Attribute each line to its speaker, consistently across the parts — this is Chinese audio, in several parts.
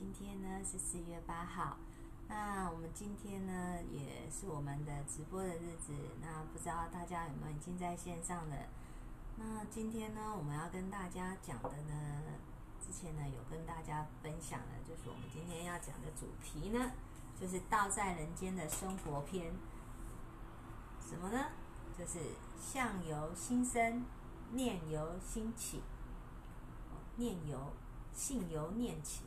Speaker 1: 今天呢是4月8号，那我们今天呢也是我们的直播的日子，那不知道大家有没有已经在线上了？那今天呢我们要跟大家讲的呢，之前呢有跟大家分享的，就是我们今天要讲的主题呢，就是道在人间的生活篇。什么呢？就是相由心生，念由心起，性由念起。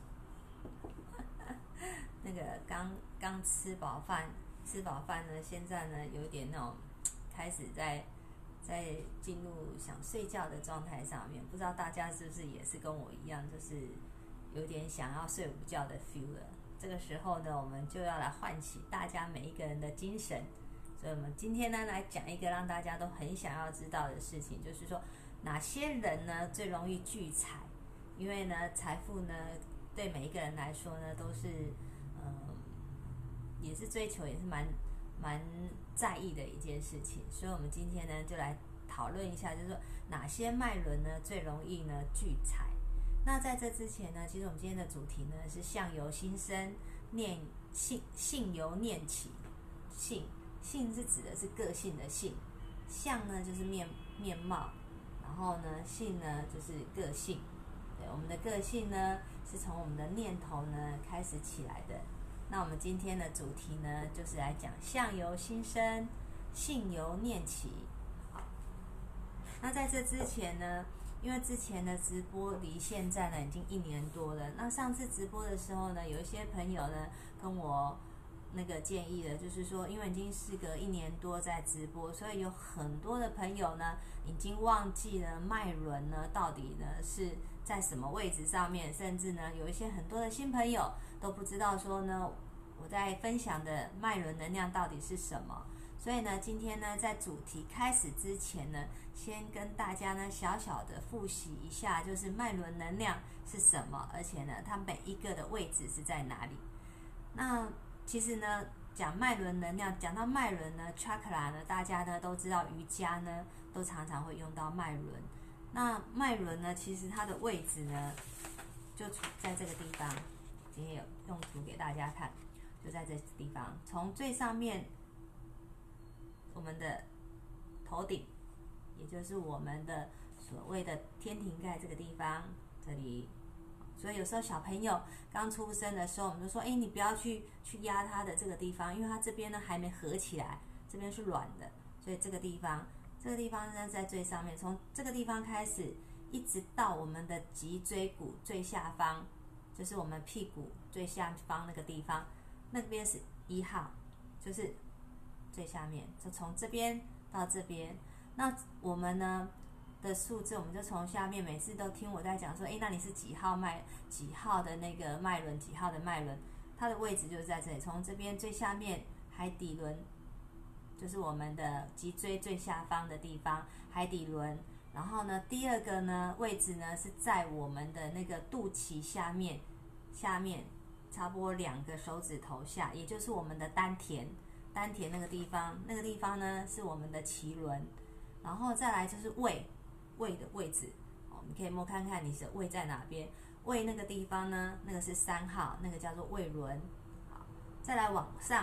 Speaker 1: 那个刚吃饱饭呢，现在呢有点那种开始在进入想睡觉的状态上面，不知道大家是不是也是跟我一样，就是有点想要睡午觉的 feel 了。这个时候呢，我们就要来唤起大家每一个人的精神。所以我们今天呢来讲一个让大家都很想要知道的事情，就是说哪些人呢最容易聚财？因为呢财富呢对每一个人来说呢都是也是追求，也是蛮在意的一件事情。所以我们今天呢就来讨论一下，就是说哪些脉轮呢最容易呢聚财。那在这之前呢，其实我们今天的主题呢是相由心生，性由念起。性是指的是个性的性，相呢就是面貌，然后呢性呢就是个性。对，我们的个性呢是从我们的念头呢开始起来的。那我们今天的主题呢就是来讲相由心生，性由念起。好，那在这之前呢，因为之前的直播离现在呢已经1年多了，那上次直播的时候呢，有一些朋友呢跟我那个建议了，就是说因为已经事隔1年多在直播，所以有很多的朋友呢已经忘记了脉轮呢到底呢是在什么位置上面，甚至呢有一些很多的新朋友都不知道说呢我在分享的脉轮能量到底是什么。所以呢今天呢在主题开始之前呢，先跟大家呢小小的复习一下，就是脉轮能量是什么，而且呢它每一个的位置是在哪里。那其实呢讲脉轮能量，讲到脉轮呢 chakra 呢，大家呢都知道瑜伽呢都常常会用到脉轮。那脉轮呢其实它的位置呢就处在这个地方，今天有用图给大家看，就在这地方，从最上面我们的头顶，也就是我们的所谓的天庭盖这个地方，这里。所以有时候小朋友刚出生的时候，我们就说你不要去压他的这个地方，因为他这边呢还没合起来，这边是软的。所以这个地方呢在最上面，从这个地方开始一直到我们的脊椎骨最下方，就是我们屁股最下方那个地方，那边是1号，就是最下面，就从这边到这边。那我们呢的数字，我们就从下面，每次都听我在讲说那你是几号的那个脉轮，几号的脉轮，它的位置就是在这里，从这边最下面海底轮，就是我们的脊椎最下方的地方，海底轮。然后呢第二个呢位置呢是在我们的那个肚脐下面差不多2个手指头下，也就是我们的丹田那个地方呢是我们的脐轮。然后再来就是胃的位置，你可以摸看看你的胃在哪边。胃那个地方呢，那个是3号，那个叫做胃轮。好，再来往上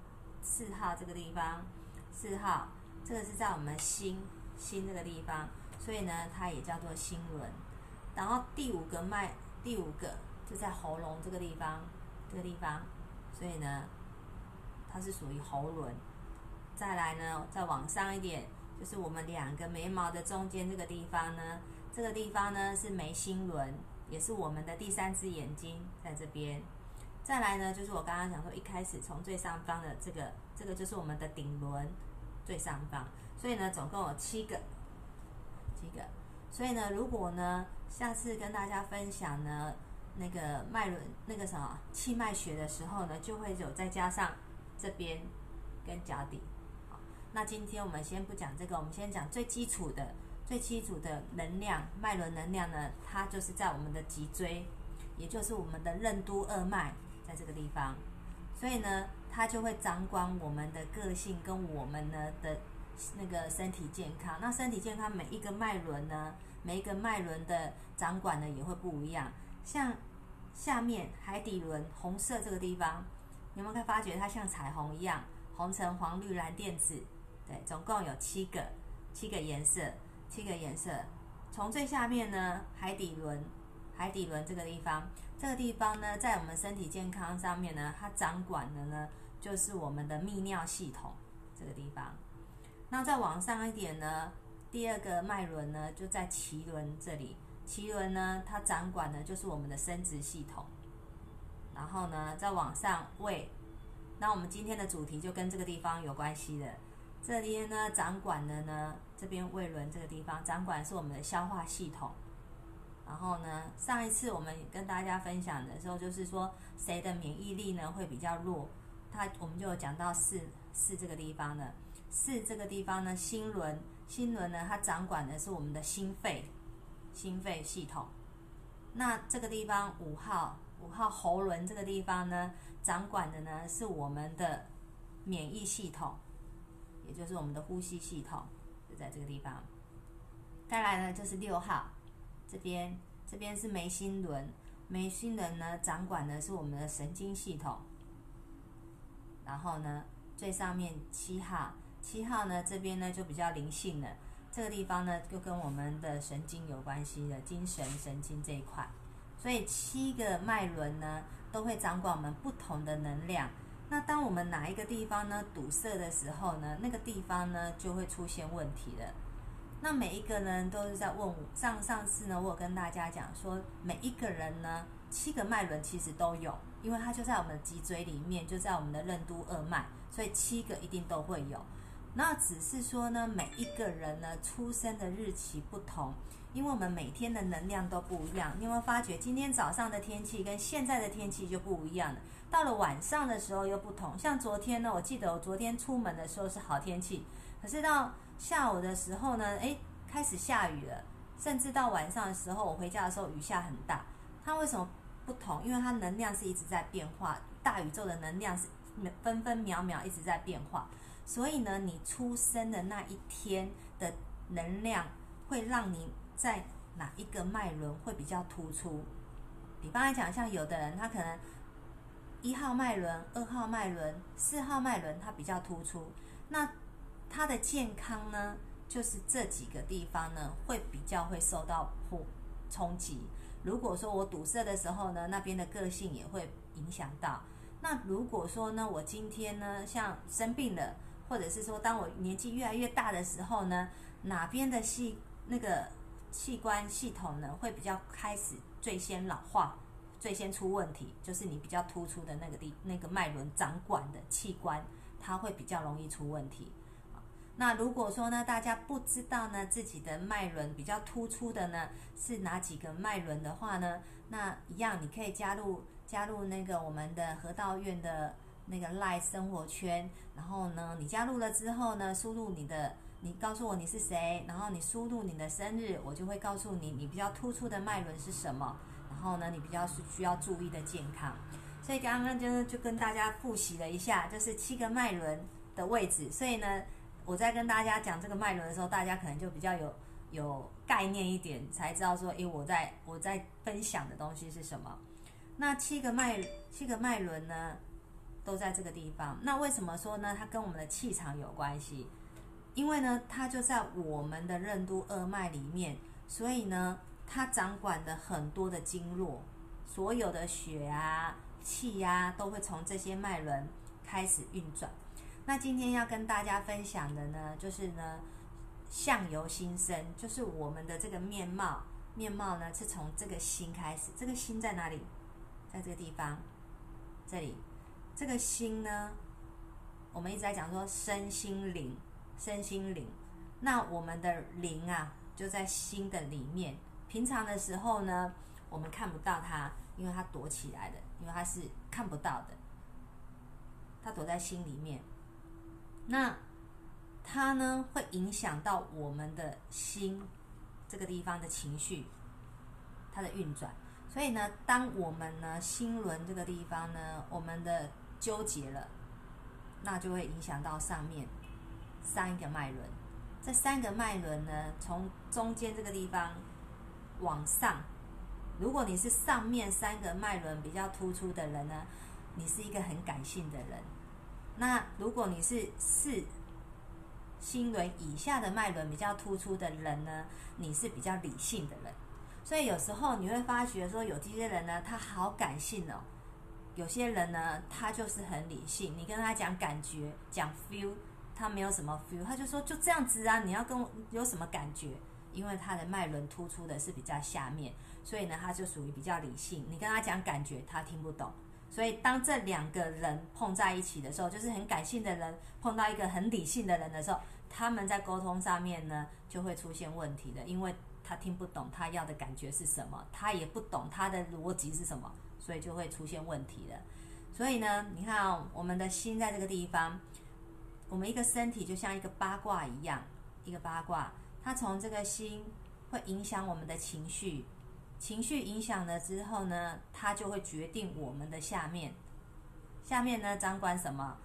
Speaker 1: 4号这个地方，4号这个是在我们心这个地方，所以呢它也叫做心轮。然后第五个就在喉咙这个地方，所以呢它是属于喉轮。再来呢再往上一点，就是我们2个眉毛的中间这个地方呢，是眉心轮，也是我们的第3只眼睛在这边。再来呢就是我刚刚讲说一开始从最上方的这个就是我们的顶轮最上方。所以呢总共有7个。所以呢如果呢下次跟大家分享呢那个脉轮那个什么气脉学的时候呢，就会有再加上这边跟脚底。那今天我们先不讲这个，我们先讲最基础的能量，脉轮能量呢，它就是在我们的脊椎，也就是我们的任督二脉，在这个地方。所以呢它就会掌管我们的个性跟我们呢的那个身体健康。那身体健康每一个脉轮的掌管呢也会不一样。像下面海底轮红色这个地方，你有没有发觉它像彩虹一样，红橙黄绿蓝靛紫，对，总共有7个颜色，7个颜色。从最下面呢，海底轮这个地方，呢，在我们身体健康上面呢，它掌管的呢，就是我们的泌尿系统这个地方。那再往上一点呢，第2个脉轮呢，就在脐轮这里。脐轮呢，它掌管的就是我们的生殖系统。然后呢，再往上胃，那我们今天的主题就跟这个地方有关系的。这边呢，掌管的呢，这边胃轮这个地方掌管的是我们的消化系统。然后呢，上一次我们跟大家分享的时候，就是说谁的免疫力呢会比较弱，我们就有讲到4这个地方呢。4这个地方呢，心轮呢，它掌管的是我们的心肺系统。那这个地方5号喉轮这个地方呢，掌管的呢是我们的免疫系统，也就是我们的呼吸系统，就在这个地方。再来呢就是6号，这边是眉心轮呢，掌管的是我们的神经系统。然后呢，最上面7号呢，这边呢就比较灵性了，这个地方呢就跟我们的神经有关系的，精神神经这一块。所以7个脉轮呢，都会掌管我们不同的能量。那当我们哪一个地方呢堵塞的时候呢，那个地方呢就会出现问题了。那每一个人都是在问我，上次呢，我有跟大家讲说，每一个人呢7个脉轮其实都有，因为它就在我们的脊椎里面，就在我们的任督二脉，所以7个一定都会有。那只是说呢，每一个人呢出生的日期不同，因为我们每天的能量都不一样。你有没有发觉今天早上的天气跟现在的天气就不一样了？到了晚上的时候又不同。像昨天呢，我记得我昨天出门的时候是好天气，可是到下午的时候呢，开始下雨了，甚至到晚上的时候，我回家的时候雨下很大。它为什么不同？因为它能量是一直在变化，大宇宙的能量是分分秒秒一直在变化。所以呢，你出生的那一天的能量会让你在哪一个脉轮会比较突出。比方来讲，像有的人他可能1号脉轮、2号脉轮、4号脉轮它比较突出，那他的健康呢，就是这几个地方呢会比较会受到冲击。如果说我堵塞的时候呢，那边的个性也会影响到。那如果说呢，我今天呢像生病了，或者是说当我年纪越来越大的时候呢，哪边的那个器官系统呢会比较开始最先老化，最先出问题，就是你比较突出的那个脉轮掌管的器官，它会比较容易出问题。那如果说呢，大家不知道呢自己的脉轮比较突出的呢是哪几个脉轮的话呢，那一样你可以加入那个我们的合道院的那个 LINE 生活圈，然后呢你加入了之后呢，输入你告诉我你是谁，然后你输入你的生日，我就会告诉你比较突出的脉轮是什么，然后呢你比较需要注意的健康。所以刚刚就跟大家复习了一下，就是7个脉轮的位置。所以呢，我在跟大家讲这个脉轮的时候，大家可能就比较有概念一点，才知道说，我在分享的东西是什么。那7个脉轮呢，都在这个地方。那为什么说呢？它跟我们的气场有关系？因为呢，它就在我们的任督二脉里面，所以呢，它掌管的很多的经络，所有的血啊、气啊，都会从这些脉轮开始运转。那今天要跟大家分享的呢，就是呢，相由心生，就是我们的这个面貌呢，是从这个心开始。这个心在哪里？在这个地方，这里。这个心呢，我们一直在讲说身心灵。那我们的灵啊，就在心的里面。平常的时候呢，我们看不到它，因为它躲起来的，因为它是看不到的，它躲在心里面。那它呢，会影响到我们的心这个地方的情绪，它的运转。所以呢，当我们呢心轮这个地方呢，我们的纠结了，那就会影响到上面3个脉轮。这3个脉轮呢，从中间这个地方往上如果你是上面3个脉轮比较突出的人呢，你是一个很感性的人。那如果你是4心轮以下的脉轮比较突出的人呢，你是比较理性的人。所以有时候你会发觉说，有这些人呢，他好感性哦；有些人呢，他就是很理性。你跟他讲感觉、讲 feel， 他没有什么 feel， 他就说就这样子啊，你要跟我有什么感觉？因为他的脉轮突出的是比较下面，所以呢，他就属于比较理性。你跟他讲感觉，他听不懂。所以当这2个人碰在一起的时候，就是很感性的人碰到一个很理性的人的时候，他们在沟通上面呢就会出现问题的，因为他听不懂他要的感觉是什么，他也不懂他的逻辑是什么，所以就会出现问题了。所以呢，你看哦，我们的心在这个地方，我们一个身体就像一个八卦一样，一个八卦，它从这个心会影响我们的情绪，情绪影响了之后呢，它就会决定我们的下面。下面呢，掌管什么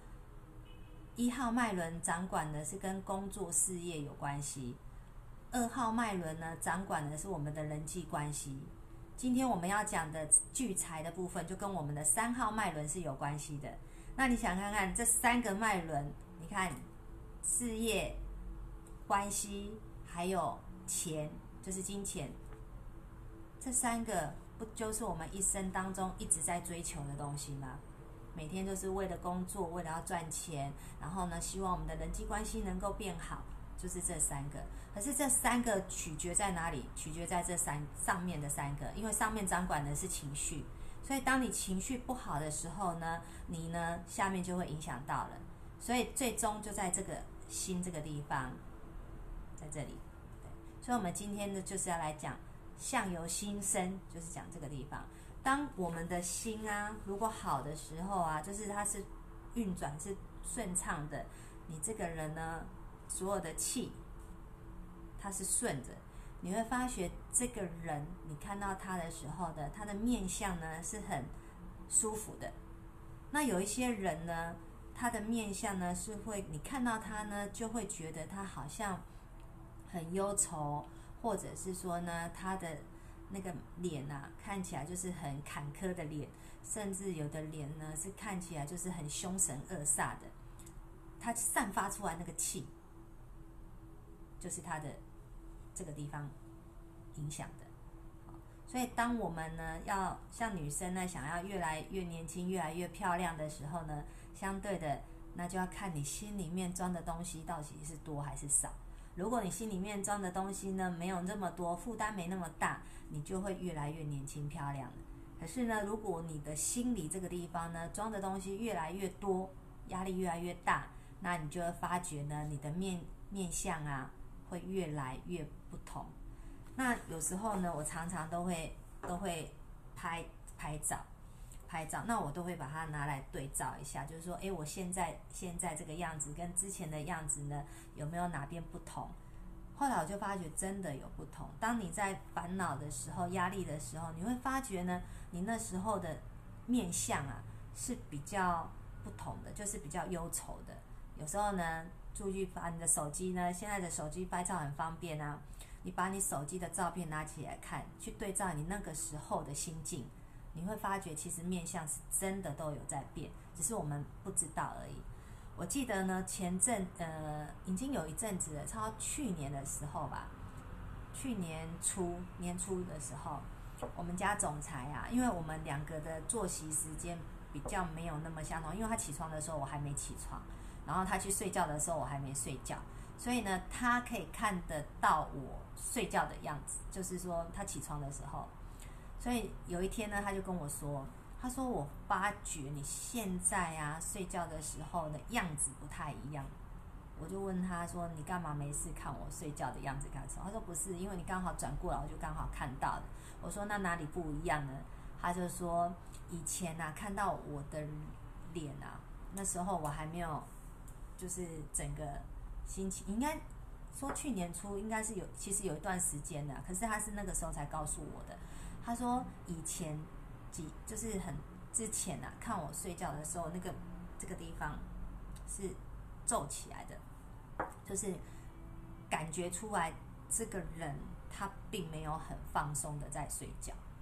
Speaker 1: ？1号脉轮掌管的是跟工作事业有关系，2号脉轮呢，掌管的是我们的人际关系。今天我们要讲的聚财的部分，就跟我们的3号脉轮是有关系的。那你想看看这3个脉轮，你看事业、关系，还有钱，就是金钱，这3个不就是我们一生当中一直在追求的东西吗？每天都是为了工作，为了要赚钱，然后呢，希望我们的人际关系能够变好，就是这3个。可是这3个取决在哪里？取决在这上面的3个，因为上面掌管的是情绪，所以当你情绪不好的时候呢，你呢下面就会影响到了，所以最终就在这个心这个地方，在这里。对，所以我们今天呢就是要来讲相由心生，就是讲这个地方。当我们的心啊，如果好的时候啊，就是它是运转是顺畅的，你这个人呢，所有的气它是顺着，你会发觉这个人，你看到他的时候的他的面相呢是很舒服的。那有一些人呢，他的面相呢是会，你看到他呢就会觉得他好像很忧愁，或者是说呢，他的那个脸啊，看起来就是很坎坷的脸，甚至有的脸呢是看起来就是很凶神恶煞的，他散发出来那个气，就是他的这个地方影响的。所以当我们呢要像女生呢想要越来越年轻、越来越漂亮的时候呢，相对的那就要看你心里面装的东西到底是多还是少。如果你心里面装的东西呢没有那么多，负担没那么大，你就会越来越年轻漂亮。可是呢，如果你的心里这个地方呢装的东西越来越多，压力越来越大，那你就会发觉呢你的面相啊会越来越不同。那有时候呢，我常常都会拍照，那我都会把它拿来对照一下，就是说，我现在这个样子跟之前的样子呢，有没有哪边不同？后来我就发觉真的有不同。当你在烦恼的时候、压力的时候，你会发觉呢，你那时候的面相啊是比较不同的，就是比较忧愁的。有时候呢，注意把你的手机呢，现在的手机拍照很方便啊，你把你手机的照片拿起来看，去对照你那个时候的心境，你会发觉其实面相是真的都有在变，只是我们不知道而已。我记得呢，已经有一阵子了，差不多去年的时候吧，去年年初的时候，我们家总裁啊，因为我们2个的作息时间比较没有那么相同，因为他起床的时候我还没起床，然后他去睡觉的时候我还没睡觉，所以呢，他可以看得到我睡觉的样子，就是说他起床的时候。所以有一天呢，他就跟我说，他说我发觉你现在啊睡觉的时候的样子不太一样。我就问他说，你干嘛没事看我睡觉的样子干什么？他说不是，因为你刚好转过来，我就刚好看到了。我说那哪里不一样呢？他就说以前啊看到我的脸啊，那时候我还没有就是整个心情，应该说去年初应该是其实有一段时间的，可是他是那个时候才告诉我的。他说以前就是很之前啊，看我睡觉的时候，这个地方是皱起来的，就是感觉出来这个人他并没有很放松的在睡觉。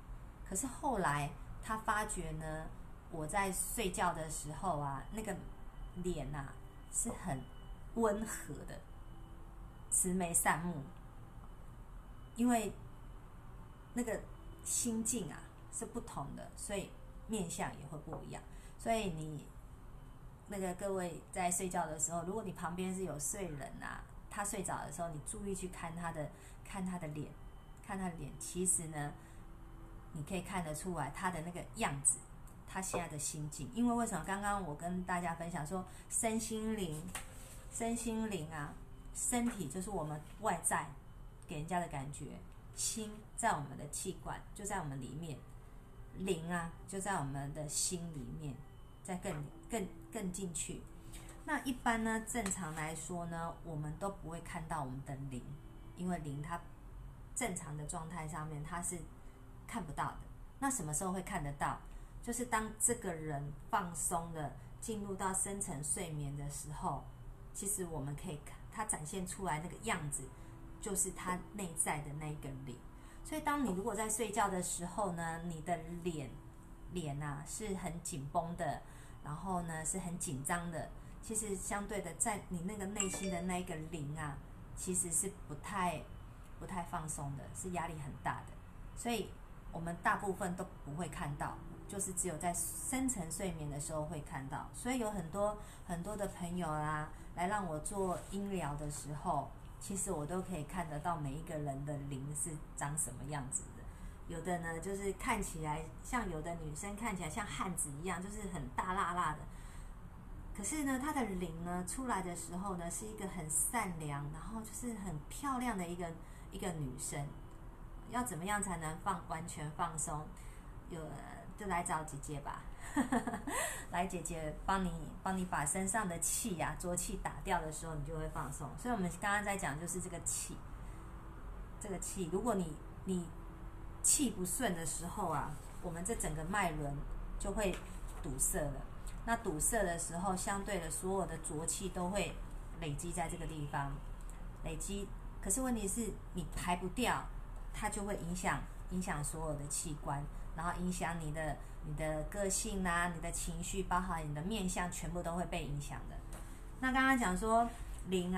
Speaker 1: 可是后来他发觉呢，我在睡觉的时候啊，那个脸啊是很温和的，慈眉善目，因为那个心境啊是不同的，所以面相也会不一样。所以你那个各位在睡觉的时候，如果你旁边是有睡人啊，他睡着的时候，你注意去看他的脸，看他的脸，其实呢，你可以看得出来他的那个样子，他现在的心境。因为为什么？刚刚我跟大家分享说，身心灵啊，身体就是我们外在给人家的感觉，心在我们的气管，就在我们里面，灵啊就在我们的心里面，再更进去。那一般呢，正常来说呢，我们都不会看到我们的灵，因为灵它正常的状态上面它是看不到的。那什么时候会看得到？就是当这个人放松了，进入到深层睡眠的时候，其实我们可以看它展现出来那个样子，就是他内在的那个灵。所以当你如果在睡觉的时候呢，你的脸啊是很紧绷的，然后呢是很紧张的，其实相对的，在你那个内心的那个灵啊，其实是不太放松的，是压力很大的。所以我们大部分都不会看到，就是只有在深层睡眠的时候会看到。所以有很多的朋友啊，来让我做音疗的时候，其实我都可以看得到每一个人的灵是长什么样子的。有的呢，就是看起来像有的女生看起来像汉子一样，就是很大辣辣的。可是呢，她的灵呢出来的时候呢，是一个很善良，然后就是很漂亮的一个女生。要怎么样才能完全放松？就来找姐姐吧，来姐姐帮你把身上的气啊浊气打掉的时候，你就会放松。所以我们刚刚在讲就是这个气，如果你气不顺的时候啊，我们这整个脉轮就会堵塞了。那堵塞的时候，相对的所有的浊气都会累积在这个地方，累积。可是问题是你排不掉，它就会影响所有的器官，然后影响你的个性啊，你的情绪，包含你的面相，全部都会被影响的。那刚刚讲说灵，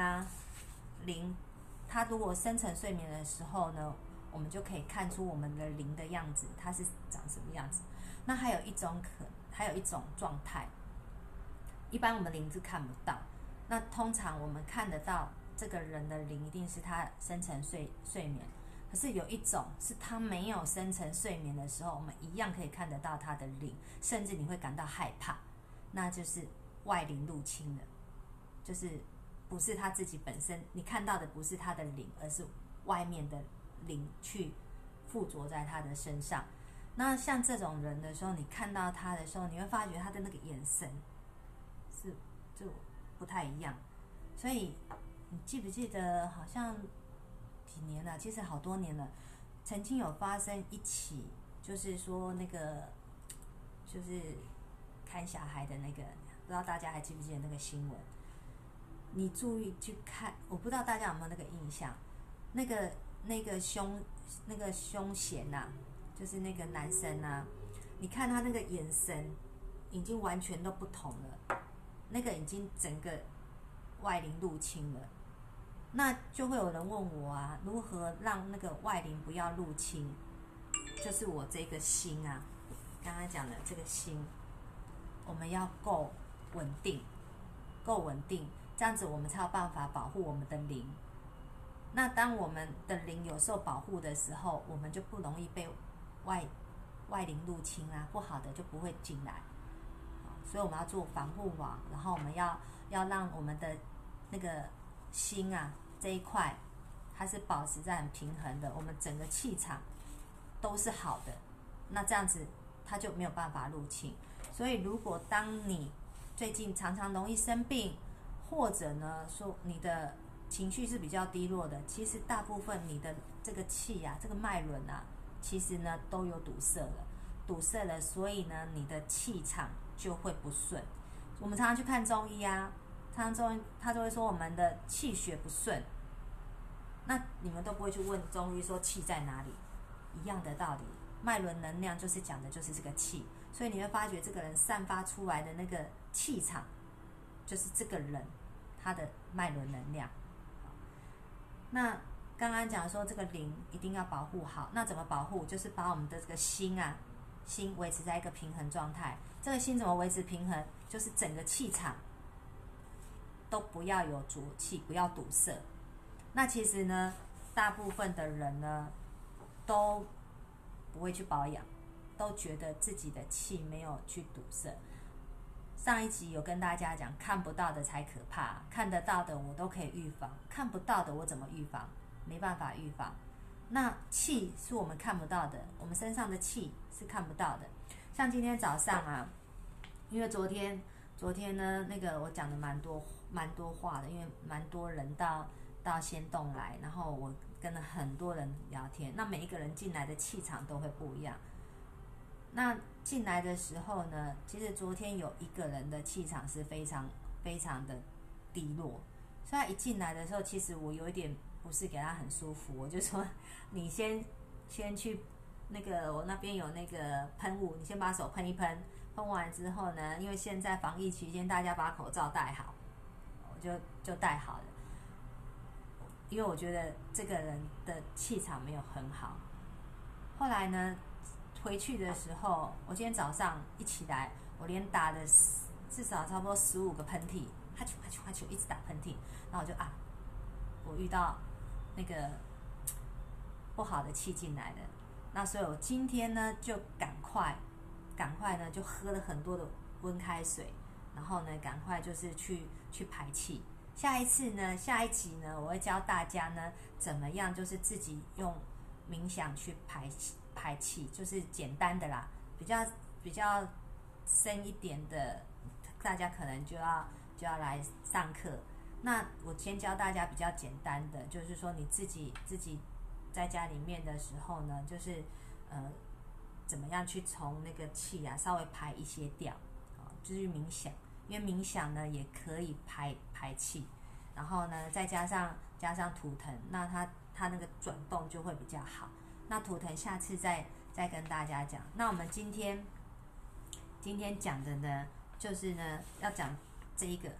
Speaker 1: 它如果深层睡眠的时候呢，我们就可以看出我们的灵的样子，它是长什么样子。那还有一种状态，一般我们灵是看不到。那通常我们看得到这个人的灵，一定是他深层睡眠。可是有一种是他没有深层睡眠的时候，我们一样可以看得到他的灵，甚至你会感到害怕，那就是外灵入侵了，就是不是他自己本身，你看到的不是他的灵，而是外面的灵去附着在他的身上。那像这种人的时候，你看到他的时候，你会发觉他的那个眼神就不太一样。所以你记不记得好像几年了，其实好多年了，曾经有发生一起，就是说那个就是看小孩的那个，不知道大家还记不记得那个新闻？你注意去看，我不知道大家有没有那个印象，那个凶险啊，就是那个男生啊，你看他那个眼神已经完全都不同了，那个已经整个外灵入侵了。那就会有人问我啊，如何让那个外灵不要入侵？就是我这个心啊，刚刚讲的这个心，我们要够稳定，这样子我们才有办法保护我们的灵。那当我们的灵有受保护的时候，我们就不容易被外灵入侵啊，不好的就不会进来。所以我们要做防护网，然后我们要让我们的那个心啊这一块，它是保持在很平衡的，我们整个气场都是好的，那这样子它就没有办法入侵。所以如果当你最近常常容易生病，或者呢说你的情绪是比较低落的，其实大部分你的这个气啊，这个脉轮啊，其实呢都有堵塞了，所以呢你的气场就会不顺。我们常常去看中医啊，常常中医他就会说我们的气血不顺，那你们都不会去问中医说气在哪里，一样的道理， 脉轮能量就是讲的就是这个气，所以你会发觉这个人散发出来的那个气场，就是这个人他的脉轮能量。那刚刚讲说这个灵一定要保护好，那怎么保护？就是把我们的这个心维持在一个平衡状态。这个心怎么维持平衡？就是整个气场都不要有浊气，不要堵塞。那其实呢，大部分的人呢都不会去保养，都觉得自己的气没有去堵塞。上一集有跟大家讲，看不到的才可怕，看得到的我都可以预防，看不到的我怎么预防？没办法预防。那气是我们看不到的，我们身上的气是看不到的。像今天早上因为昨天呢，那个我讲的蛮多话的，因为蛮多人到仙洞来，然后我跟了很多人聊天，那每一个人进来的气场都会不一样。那进来的时候呢，其实昨天有一个人的气场是非常非常的低落，所以他一进来的时候，其实我有一点不是给他很舒服，我就说你先去那个我那边有那个喷雾，你先把手喷一喷，喷完之后呢，因为现在防疫期间，大家把口罩戴好，我就戴好了，因为我觉得这个人的气场没有很好。后来呢，回去的时候，我今天早上一起来，我连打了至少差不多15个喷嚏，哈啾哈啾哈啾，一直打喷嚏，然后我就我遇到那个不好的气进来了。那所以我今天呢，就赶快呢，就喝了很多的温开水，然后呢，赶快就是去排气。下一集呢，我会教大家呢，怎么样就是自己用冥想去排气，就是简单的啦，比较深一点的，大家可能就要来上课。那我先教大家比较简单的，就是说你自己在家里面的时候呢，就是怎么样去从那个气稍微排一些掉，就是冥想，因为冥想呢也可以排气，然后呢再加上图腾，那它那个转动就会比较好。那图腾下次再跟大家讲。那我们今天讲的呢，就是呢要讲这个，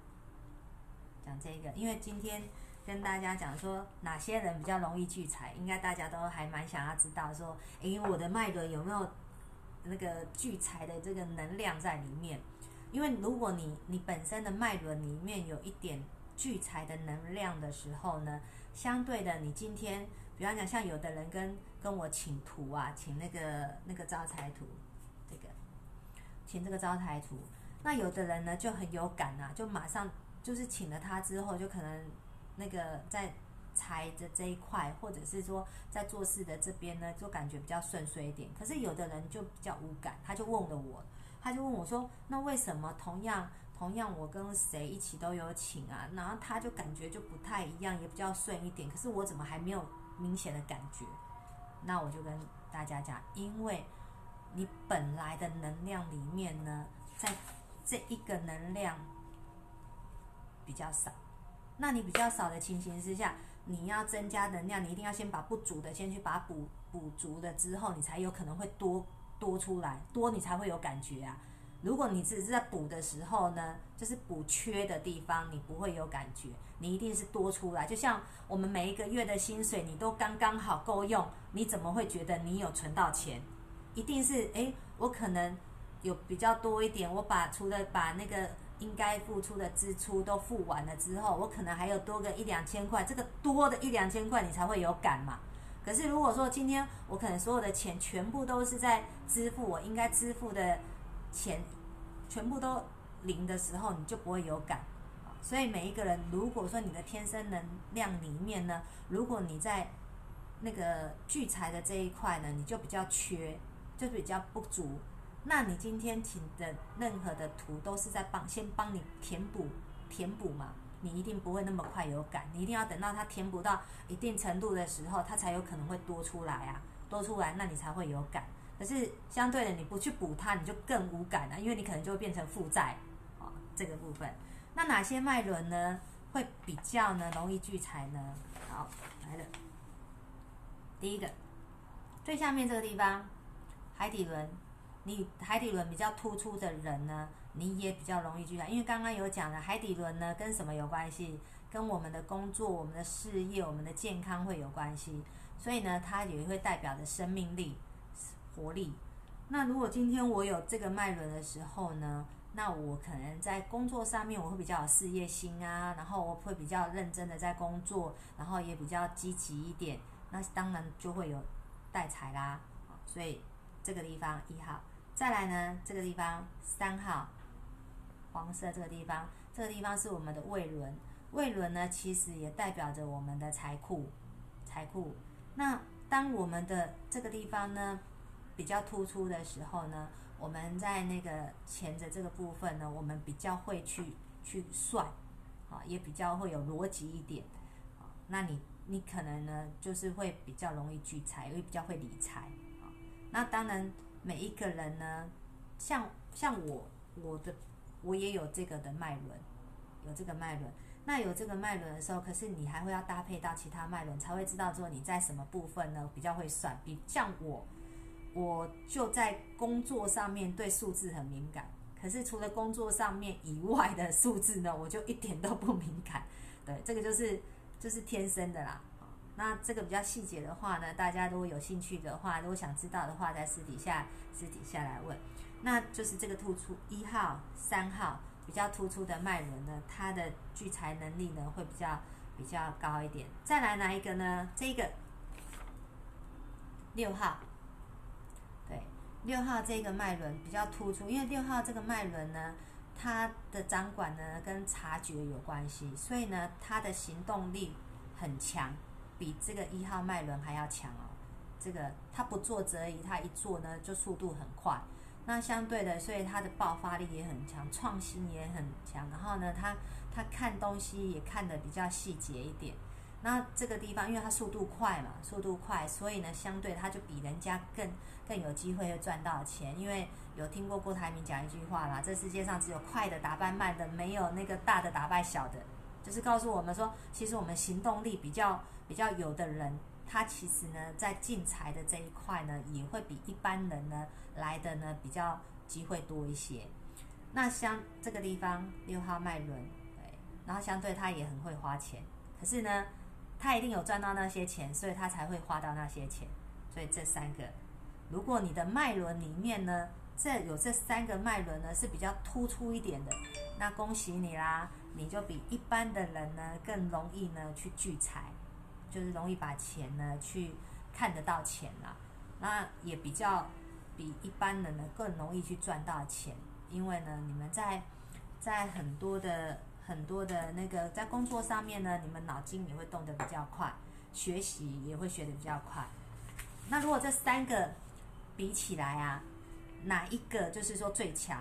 Speaker 1: 因为今天跟大家讲说哪些人比较容易聚财，应该大家都还蛮想要知道说，我的脉轮有没有那个聚财的这个能量在里面？因为如果你本身的脉轮里面有一点聚财的能量的时候呢，相对的你今天，比方讲像有的人跟我请图请那个招财图，请这个招财图，那有的人呢就很有感就马上就是请了他之后，就可能那个在财的这一块，或者是说在做事的这边呢，就感觉比较顺遂一点。可是有的人就比较无感，他就问我说，那为什么同样我跟谁一起都有请然后他就感觉就不太一样，也比较顺一点，可是我怎么还没有明显的感觉？那我就跟大家讲，因为你本来的能量里面呢，在这一个能量比较少，那你比较少的情形之下，你要增加能量，你一定要先把不足的先去把它补足了之后，你才有可能会多出来，多你才会有感觉如果你只是在补的时候呢，就是补缺的地方，你不会有感觉，你一定是多出来。就像我们每一个月的薪水，你都刚刚好够用，你怎么会觉得你有存到钱？一定是我可能有比较多一点，除了把那个应该付出的支出都付完了之后，我可能还有多个1-2千块，这个多的1-2千块你才会有感嘛。可是如果说今天我可能所有的钱全部都是在支付我应该支付的钱，全部都零的时候，你就不会有感。所以每一个人，如果说你的天生能量里面呢，如果你在那个聚财的这一块呢，你就比较缺，就比较不足。那你今天请的任何的图都是在先帮你填补嘛，你一定不会那么快有感，你一定要等到它填补到一定程度的时候，它才有可能会多出来那你才会有感。可是相对的，你不去补它，你就更无感因为你可能就会变成负债这个部分。那哪些脉轮呢会比较呢容易聚财呢？好，来了，第一个最下面这个地方，海底轮，你海底轮比较突出的人呢，你也比较容易聚财，因为刚刚有讲了，海底轮呢跟什么有关系？跟我们的工作、我们的事业、我们的健康会有关系，所以呢，它也会代表着生命力、活力。那如果今天我有这个脉轮的时候呢，那我可能在工作上面我会比较有事业心啊，然后我会比较认真的在工作，然后也比较积极一点，那当然就会有带财啦。所以这个地方1号，再来呢，这个地方3号，黄色这个地方，这个地方是我们的胃轮。胃轮呢，其实也代表着我们的财库。那当我们的这个地方呢比较突出的时候呢，我们在那个钱的这个部分呢，我们比较会去算，也比较会有逻辑一点。那你可能呢，就是会比较容易聚财，也比较会理财。那当然，每一个人呢，像我也有这个的脉轮，有这个脉轮。那有这个脉轮的时候，可是你还会要搭配到其他脉轮，才会知道说你在什么部分呢比较会算。像我就在工作上面对数字很敏感，可是除了工作上面以外的数字呢，我就一点都不敏感。对，这个就是天生的啦。那这个比较细节的话呢，大家如果有兴趣的话，如果想知道的话，在私底下来问。那就是这个突出1号、3号比较突出的脉轮呢，它的聚财能力呢会比较高一点。再来哪一个呢？这个6号，对，6号这个脉轮比较突出，因为6号这个脉轮呢，它的掌管呢跟察觉有关系，所以呢，它的行动力很强，比这个1号脉轮还要强哦。这个它不做则已，它一做呢就速度很快。那相对的，所以它的爆发力也很强，创新也很强。然后呢，他看东西也看得比较细节一点。那这个地方，因为它速度快嘛，所以呢，相对它就比人家更有机会会赚到钱。因为有听过郭台铭讲一句话啦，这世界上只有快的打败慢的，没有那个大的打败小的，就是告诉我们说，其实我们行动力比较有的人，他其实呢，在进财的这一块呢，也会比一般人呢来的呢比较机会多一些。那像这个地方6号脉轮，对，然后相对他也很会花钱，可是呢，他一定有赚到那些钱，所以他才会花到那些钱。所以这3个，如果你的脉轮里面呢，这3个脉轮呢是比较突出一点的，那恭喜你啦，你就比一般的人呢更容易呢去聚财。就是容易把钱呢去看得到钱啦，那也比一般人呢更容易去赚到钱，因为呢你们在很多的那个在工作上面呢，你们脑筋也会动得比较快，学习也会学得比较快。那如果这3个比起来啊，哪一个就是说最强？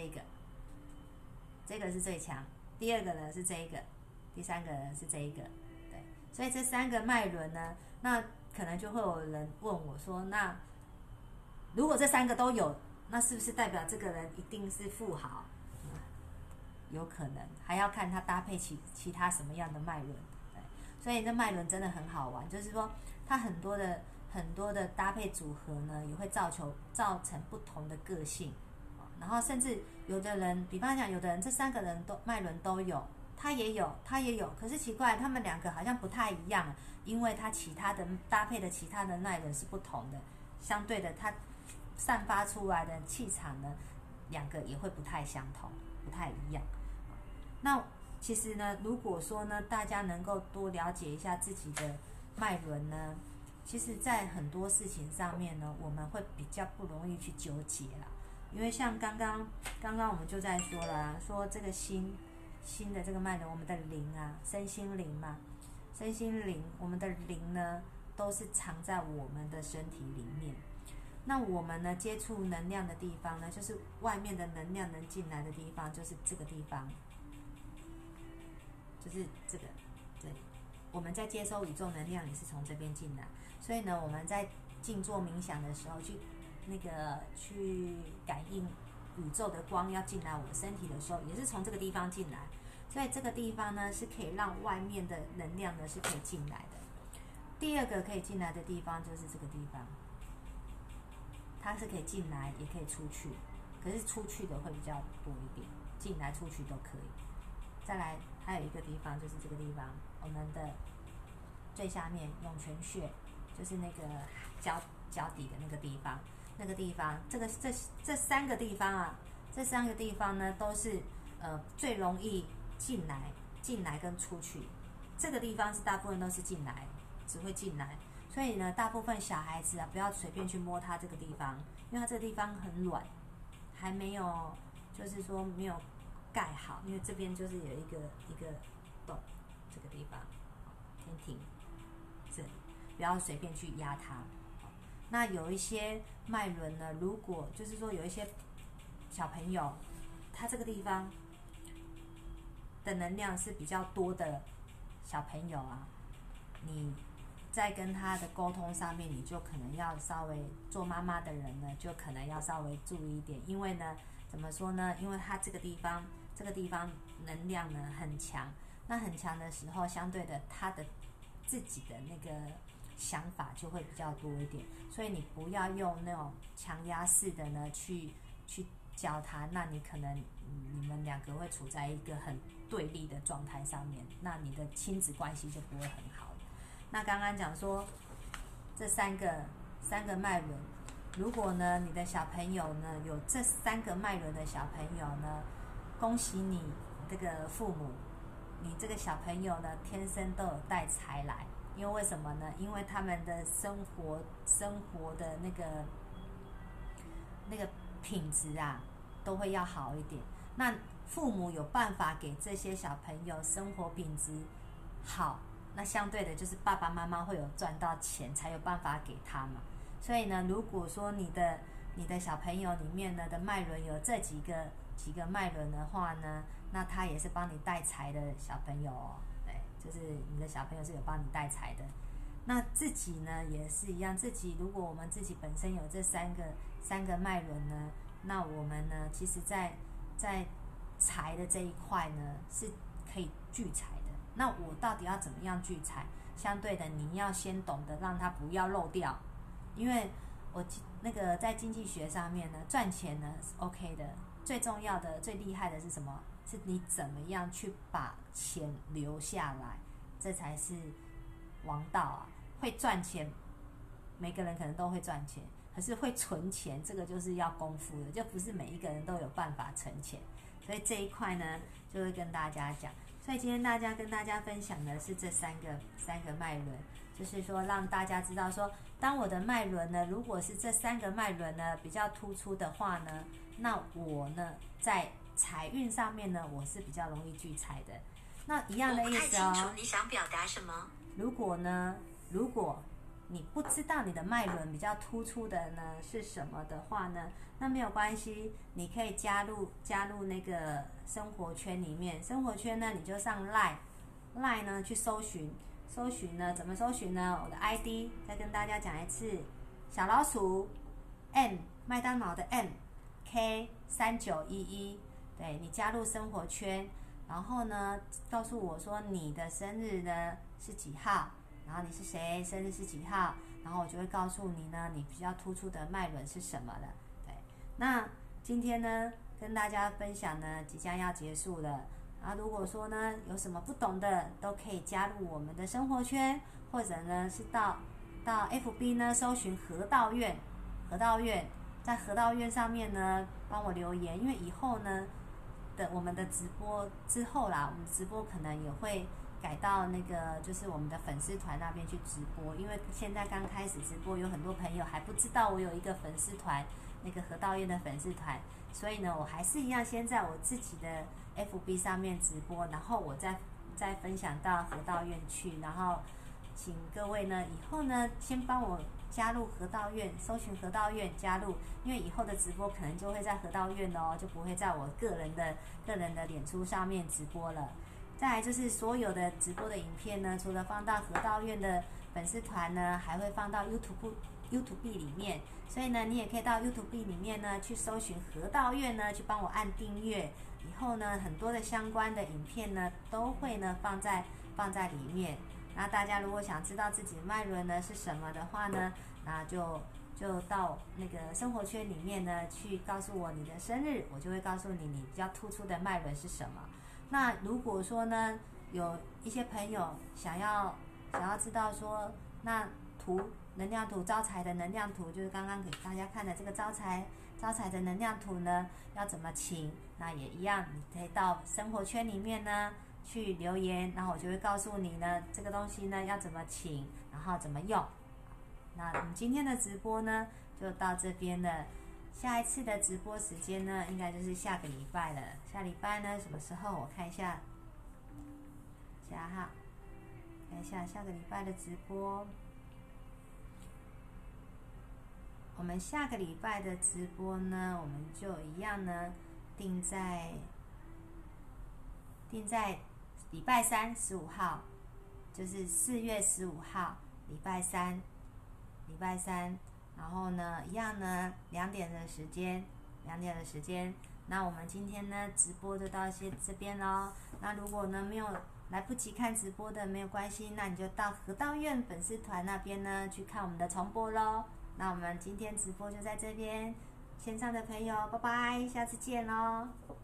Speaker 1: 这个是最强，第2个呢是这一个，第3个呢是这一个。所以这3个脉轮呢，那可能就会有人问我说，那如果这3个都有，那是不是代表这个人一定是富豪？有可能，还要看他搭配其他什么样的脉轮。所以这脉轮真的很好玩，就是说它很多的搭配组合呢，也会造成不同的个性。然后甚至有的人，比方讲，有的人这3个人都脉轮都有。他也有，可是奇怪，他们2个好像不太一样，因为他其他的搭配的其他的脉轮是不同的，相对的，他散发出来的气场呢，2个也会不太相同，不太一样。那其实呢，如果说呢，大家能够多了解一下自己的脉轮呢，其实在很多事情上面呢，我们会比较不容易去纠结啦。因为像刚刚我们就在说了，说这个心的这个脉轮，我们的灵啊，身心灵嘛，我们的灵呢，都是藏在我们的身体里面。那我们呢，接触能量的地方呢，就是外面的能量能进来的地方，就是这个地方，就是这个，对，我们在接收宇宙能量也是从这边进来。所以呢，我们在静坐冥想的时候，去感应宇宙的光要进来我的身体的时候，也是从这个地方进来。所以这个地方呢，是可以让外面的能量呢是可以进来的。第2个可以进来的地方就是这个地方， 它是可以进来也可以出去，可是出去的会比较多一点，进来出去都可以。再来还有一个地方就是这个地方，我们的最下面涌泉穴，就是那个脚底的那个地方，这三个地方啊，这三个地方呢都是最容易进来跟出去。这个地方是大部分都是进来，只会进来，所以呢，大部分小孩子啊不要随便去摸它这个地方，因为它这个地方很软，还没有就是说没有盖好，因为这边就是有一个洞，这个地方天庭这里，不要随便去压它。那有一些脉轮呢，如果就是说有一些小朋友，他这个地方的能量是比较多的小朋友啊，你在跟他的沟通上面，你就可能要稍微做妈妈的人呢，就可能要稍微注意一点，因为呢，怎么说呢？因为他这个地方能量呢很强，那很强的时候，相对的他的自己的那个想法就会比较多一点，所以你不要用那种强压式的呢去教他，那你可能你们两个会处在一个很对立的状态上面，那你的亲子关系就不会很好。那刚刚讲说这三个脉轮，如果呢你的小朋友呢有这三个脉轮的小朋友呢，恭喜你这个父母，你这个小朋友呢天生都有带财来，因为为什么呢？因为他们的生活的那个品质啊都会要好一点。那父母有办法给这些小朋友生活品质好，那相对的就是爸爸妈妈会有赚到钱，才有办法给他嘛。所以呢，如果说你的小朋友里面呢的脉轮有这几个脉轮的话呢，那他也是帮你带财的小朋友哦。对，就是你的小朋友是有帮你带财的。那自己呢也是一样，如果我们自己本身有这三个脉轮呢，那我们呢其实在财的这一块呢是可以聚财的。那我到底要怎么样聚财？相对的，你要先懂得让它不要漏掉，因为我那个在经济学上面呢，赚钱呢是 OK 的，最重要的、最厉害的是什么？是你怎么样去把钱留下来，这才是王道啊！会赚钱，每个人可能都会赚钱，可是会存钱，这个就是要功夫的，就不是每一个人都有办法存钱。所以这一块呢，就会跟大家讲。所以今天跟大家分享的是这三个脉轮，就是说让大家知道说，当我的脉轮呢，如果是这三个脉轮呢比较突出的话呢，那我呢在财运上面呢，我是比较容易聚财的。那一样的意思哦。
Speaker 2: 我不太清楚你想表达什么。
Speaker 1: 如果你不知道你的脉轮比较突出的呢是什么的话呢，那没有关系，你可以加入那个生活圈里面。生活圈呢，你就上 Line 呢去搜寻呢，怎么搜寻呢？我的 ID 再跟大家讲一次，小老鼠 M 麦当劳的 MK3911，对，你加入生活圈，然后呢告诉我说你的生日呢是几号，然后你是谁，生日是几号，然后我就会告诉你呢，你比较突出的脉轮是什么了。对，那今天呢，跟大家分享呢，即将要结束了。然后如果说呢，有什么不懂的，都可以加入我们的生活圈，或者呢是到 FB 呢搜寻合道院，在合道院上面呢帮我留言，因为以后呢我们的直播之后啦，我们直播可能也会改到那个就是我们的粉丝团那边去直播，因为现在刚开始直播，有很多朋友还不知道我有一个粉丝团，那个合道院的粉丝团，所以呢，我还是一样先在我自己的 FB 上面直播，然后我再分享到合道院去，然后请各位呢以后呢先帮我加入合道院，搜寻合道院加入，因为以后的直播可能就会在合道院哦，就不会在我个人的脸书上面直播了。再来就是所有的直播的影片呢，除了放到合道院的粉丝团呢，还会放到 YouTube 里面，所以呢，你也可以到 YouTube 里面呢去搜寻合道院呢，去帮我按订阅。以后呢，很多的相关的影片呢，都会呢放在里面。那大家如果想知道自己脉轮呢是什么的话呢，那就就到那个生活圈里面呢去告诉我你的生日，我就会告诉你比较突出的脉轮是什么。那如果说呢，有一些朋友想要知道说，那能量图招财的能量图，就是刚刚给大家看的这个招财的能量图呢，要怎么请？那也一样，你可以到生活圈里面呢去留言，然后我就会告诉你呢，这个东西呢要怎么请，然后怎么用。那我们今天的直播呢就到这边了。下一次的直播时间呢，应该就是下个礼拜了。下礼拜呢什么时候？我看一下，看一下下个礼拜的直播。我们下个礼拜的直播呢，我们就一样呢，定在礼拜三15号，就是4月15号，礼拜三。然后呢，一样呢，2点的时间。那我们今天呢直播就到这边咯。那如果呢没有来不及看直播的没有关系，那你就到河道院粉丝团那边呢去看我们的重播咯。那我们今天直播就在这边，线上的朋友拜拜，下次见咯。